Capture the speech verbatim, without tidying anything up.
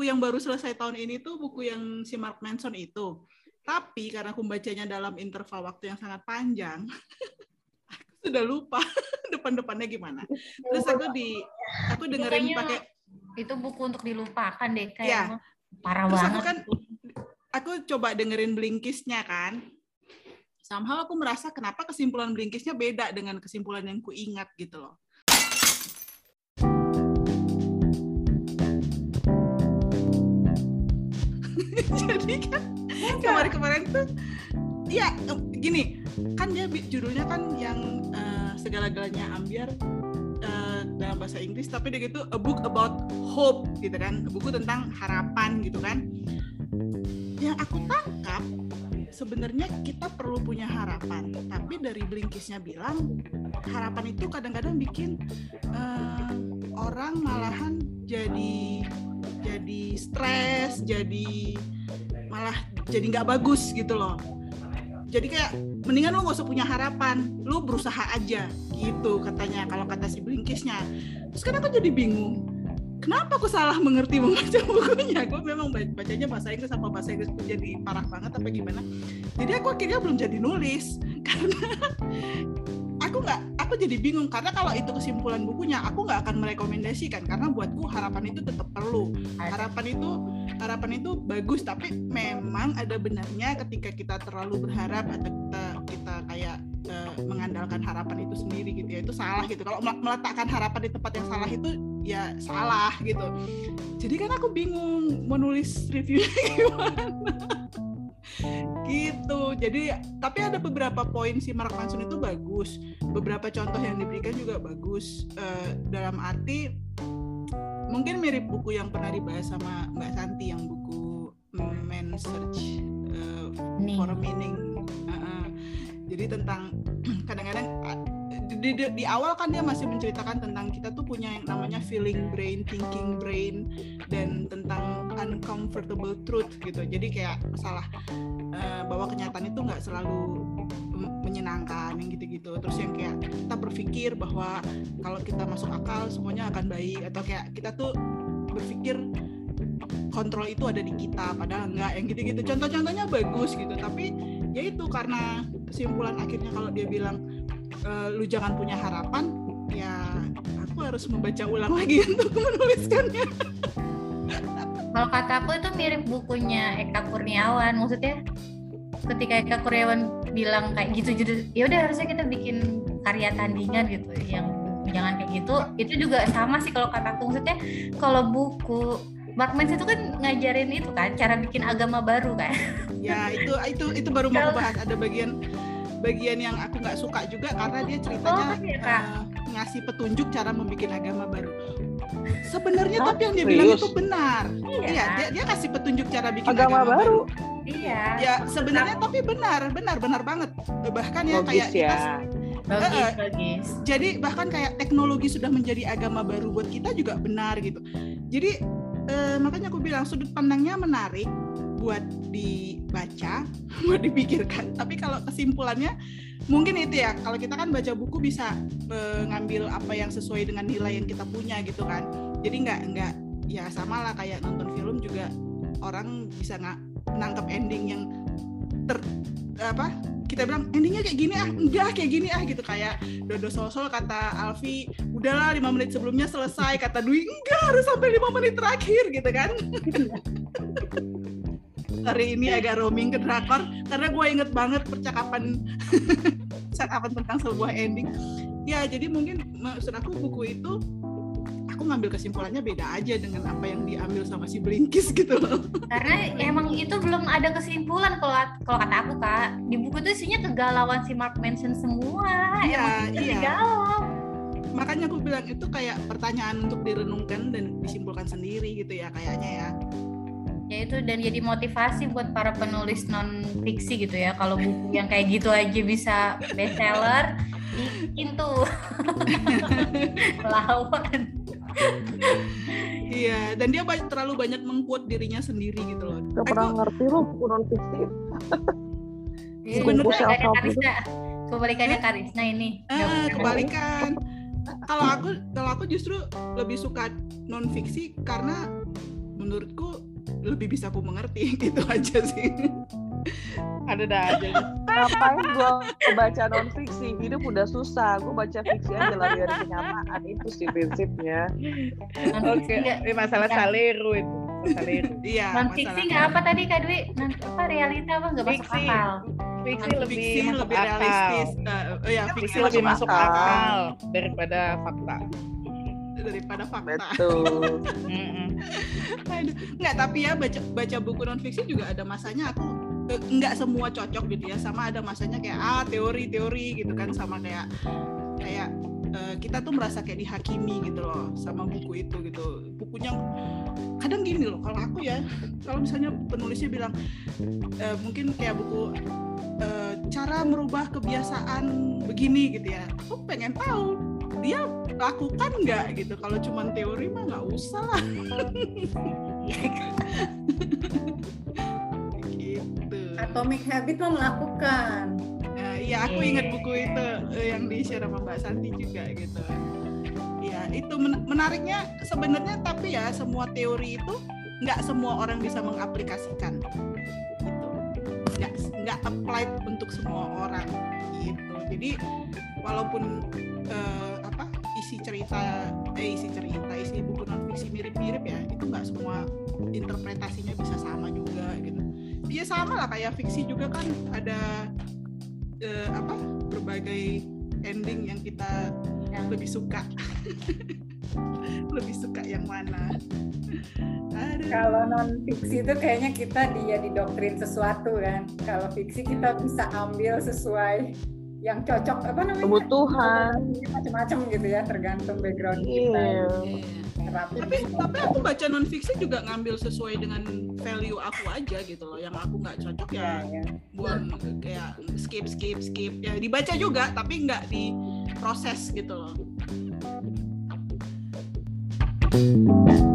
buku yang baru selesai tahun ini tuh buku yang si Mark Manson itu. Tapi karena aku bacanya dalam interval waktu yang sangat panjang, aku sudah lupa depan-depannya gimana. Terus aku di aku dengerin pakai itu buku untuk dilupakan deh kayak ya. Parah Terus banget. aku kan aku coba dengerin Blinkist-nya kan. Somehow aku merasa kenapa kesimpulan Blinkist-nya beda dengan kesimpulan yang ku ingat gitu loh. Jadi kan kemarin-kemarin tuh ya gini, kan dia judulnya kan yang uh, segala-galanya ambiar uh, dalam bahasa Inggris, tapi dia gitu a book about hope gitu kan, buku tentang harapan gitu kan. Yang aku tangkap sebenarnya kita perlu punya harapan, tapi dari Blinkist-nya bilang harapan itu kadang-kadang bikin uh, orang malahan jadi jadi stres, jadi malah jadi nggak bagus gitu loh. Jadi kayak mendingan lu nggak usah punya harapan, lu berusaha aja gitu katanya kalau kata si Blinkist-nya. Terus kan aku jadi bingung, kenapa aku salah mengerti membaca bukunya? Gue memang bacanya bahasa Inggris apa bahasa Inggris pun jadi parah banget apa gimana. Jadi aku akhirnya belum jadi nulis karena aku nggak, aku jadi bingung karena kalau itu kesimpulan bukunya aku nggak akan merekomendasikan karena buatku harapan itu tetap perlu. Harapan itu harapan itu bagus, tapi memang ada benarnya ketika kita terlalu berharap atau kita kita kayak uh, mengandalkan harapan itu sendiri gitu ya, itu salah gitu. Kalau meletakkan harapan di tempat yang salah itu ya salah gitu. Jadi kan aku bingung menulis reviewnya gimana gitu. Jadi tapi ada beberapa poin si Mark Manson itu bagus, beberapa contoh yang diberikan juga bagus, uh, dalam arti mungkin mirip buku yang pernah dibahas sama Mbak Santi yang buku Man Search uh, for a Meaning. Uh, jadi tentang kadang-kadang di, di, di awal kan dia masih menceritakan tentang kita tuh punya yang namanya feeling brain, thinking brain, dan tentang uncomfortable truth gitu. Jadi kayak masalah uh, bahwa kenyataan itu nggak selalu menyenangkan yang gitu-gitu. Terus yang kayak kita berpikir bahwa kalau kita masuk akal semuanya akan baik, atau kayak kita tuh berpikir kontrol itu ada di kita padahal enggak, yang gitu-gitu. Contoh-contohnya bagus gitu, tapi ya itu karena kesimpulan akhirnya kalau dia bilang e, lu jangan punya harapan, ya aku harus membaca ulang lagi untuk menuliskannya. Kalau kata aku itu mirip bukunya Eka Kurniawan, maksudnya ketika Eka Kurniawan bilang kayak gitu, gitu ya udah harusnya kita bikin karya tandingan gitu yang jangan kayak gitu. Itu juga sama sih kalau kata aku, maksudnya kalau buku Mark Manson itu kan ngajarin itu kan cara bikin agama baru kan. Ya itu itu itu baru mau aku bahas, ada bagian bagian yang aku nggak suka juga karena dia ceritanya oh, ya, uh, ngasih petunjuk cara membuat agama baru. Sebenarnya oh, tapi yang dia serius? bilang itu benar. Iya, ya, dia dia kasih petunjuk cara bikin agama, agama baru. baru. Iya. Ya sebenarnya Tetap. tapi benar, benar benar banget. Bahkan ya logis kayak ya. kita Logis, uh, logis. Jadi bahkan kayak teknologi sudah menjadi agama baru buat kita juga benar gitu. Jadi uh, makanya aku bilang sudut pandangnya menarik buat dibaca, buat dipikirkan. Tapi kalau kesimpulannya mungkin itu ya, kalau kita kan baca buku bisa mengambil apa yang sesuai dengan nilai yang kita punya gitu kan. Jadi nggak nggak ya sama lah kayak nonton film juga, orang bisa nggak nangkep ending yang ter apa kita bilang endingnya kayak gini ah, enggak kayak gini ah gitu. Kayak Dodo Sosol kata Alfi udahlah lima menit sebelumnya selesai, kata Dwi enggak harus sampai lima menit terakhir gitu kan. Hari ini agak roaming ke drakor karena gue inget banget percakapan percakapan tentang sebuah ending ya. Jadi mungkin maksud aku buku itu aku ngambil kesimpulannya beda aja dengan apa yang diambil sama si Blinkist gitu loh. Karena emang itu belum ada kesimpulan kalau kalau kata aku Kak. Di buku itu isinya kegalauan si Mark Manson semua. Iya, emang iya. Galau. Makanya aku bilang itu kayak pertanyaan untuk direnungkan dan disimpulkan sendiri gitu ya kayaknya ya. Ya itu, dan jadi motivasi buat para penulis non fiksi gitu ya. Kalau buku yang kayak gitu aja bisa bestseller, bikin tuh lawan. Iya, dan dia banyak, terlalu banyak meng-quote dirinya sendiri gitu loh. Gak pernah aku ngerti loh buku non fiksi. Kebalikannya Karisna, kebalikannya Karisna ini. Ah, kebalikan. Kalau aku, kalau aku justru lebih suka non fiksi karena menurutku lebih bisa aku mengerti gitu aja sih. Ada dah aja. Ngapain gue baca non fiksi? Hidup udah susah, gue baca fiksi aja lari dari kenyataan. Itu sih prinsipnya. Oke, ini masalah saleru itu. Saleru. Iya. Non fiksi nggak apa tadi Kak Dwi? Non- apa realita apa nggak masuk Fiksi. akal? Fiksi lebih Fiksi masuk lebih akal. realistis. Uh, oh ya, fiksi Fiksi lebih masuk akal. akal daripada fakta. daripada fakta. Betul. Mm-mm. Aduh. Nggak, tapi ya baca baca buku non fiksi juga ada masanya aku eh, nggak semua cocok gitu ya, sama ada masanya kayak ah teori-teori gitu kan, sama kayak kayak eh, kita tuh merasa kayak dihakimi gitu loh sama buku itu gitu. Bukunya kadang gini loh, kalau aku ya, kalau misalnya penulisnya bilang eh, mungkin kayak buku eh, cara merubah kebiasaan begini gitu ya, aku pengen tahu dia lakukan nggak gitu. Kalau cuma teori mah nggak usah lah. Gitu. Atomic Habit mah melakukan. Nah, iya aku Iya. ingat buku itu eh, yang di share sama Mbak Santi juga gitu. Ya itu men- menariknya sebenarnya, tapi ya semua teori itu nggak semua orang bisa mengaplikasikan. Gitu. Nggak nggak applied untuk semua orang gitu. Jadi walaupun eh, apa isi cerita eh isi cerita isi buku non fiksi mirip-mirip ya, itu nggak semua interpretasinya bisa sama juga gitu. Ya sama lah kayak fiksi juga kan ada eh, apa berbagai ending yang kita Yang lebih suka. Lebih suka yang mana? Aduh. Kalau non fiksi itu kayaknya kita dia didoktrin sesuatu kan. Kalau fiksi kita bisa ambil sesuai yang cocok apa namanya? Kebutuhan. Macam-macam gitu ya, tergantung background kita. Iya. Iya. Terapin. tapi tapi aku baca non fiksi juga ngambil sesuai dengan value aku aja gitu loh. Yang aku nggak cocok ya Ya, ya. buang, kayak skip skip skip ya, dibaca juga tapi nggak diproses gitu loh.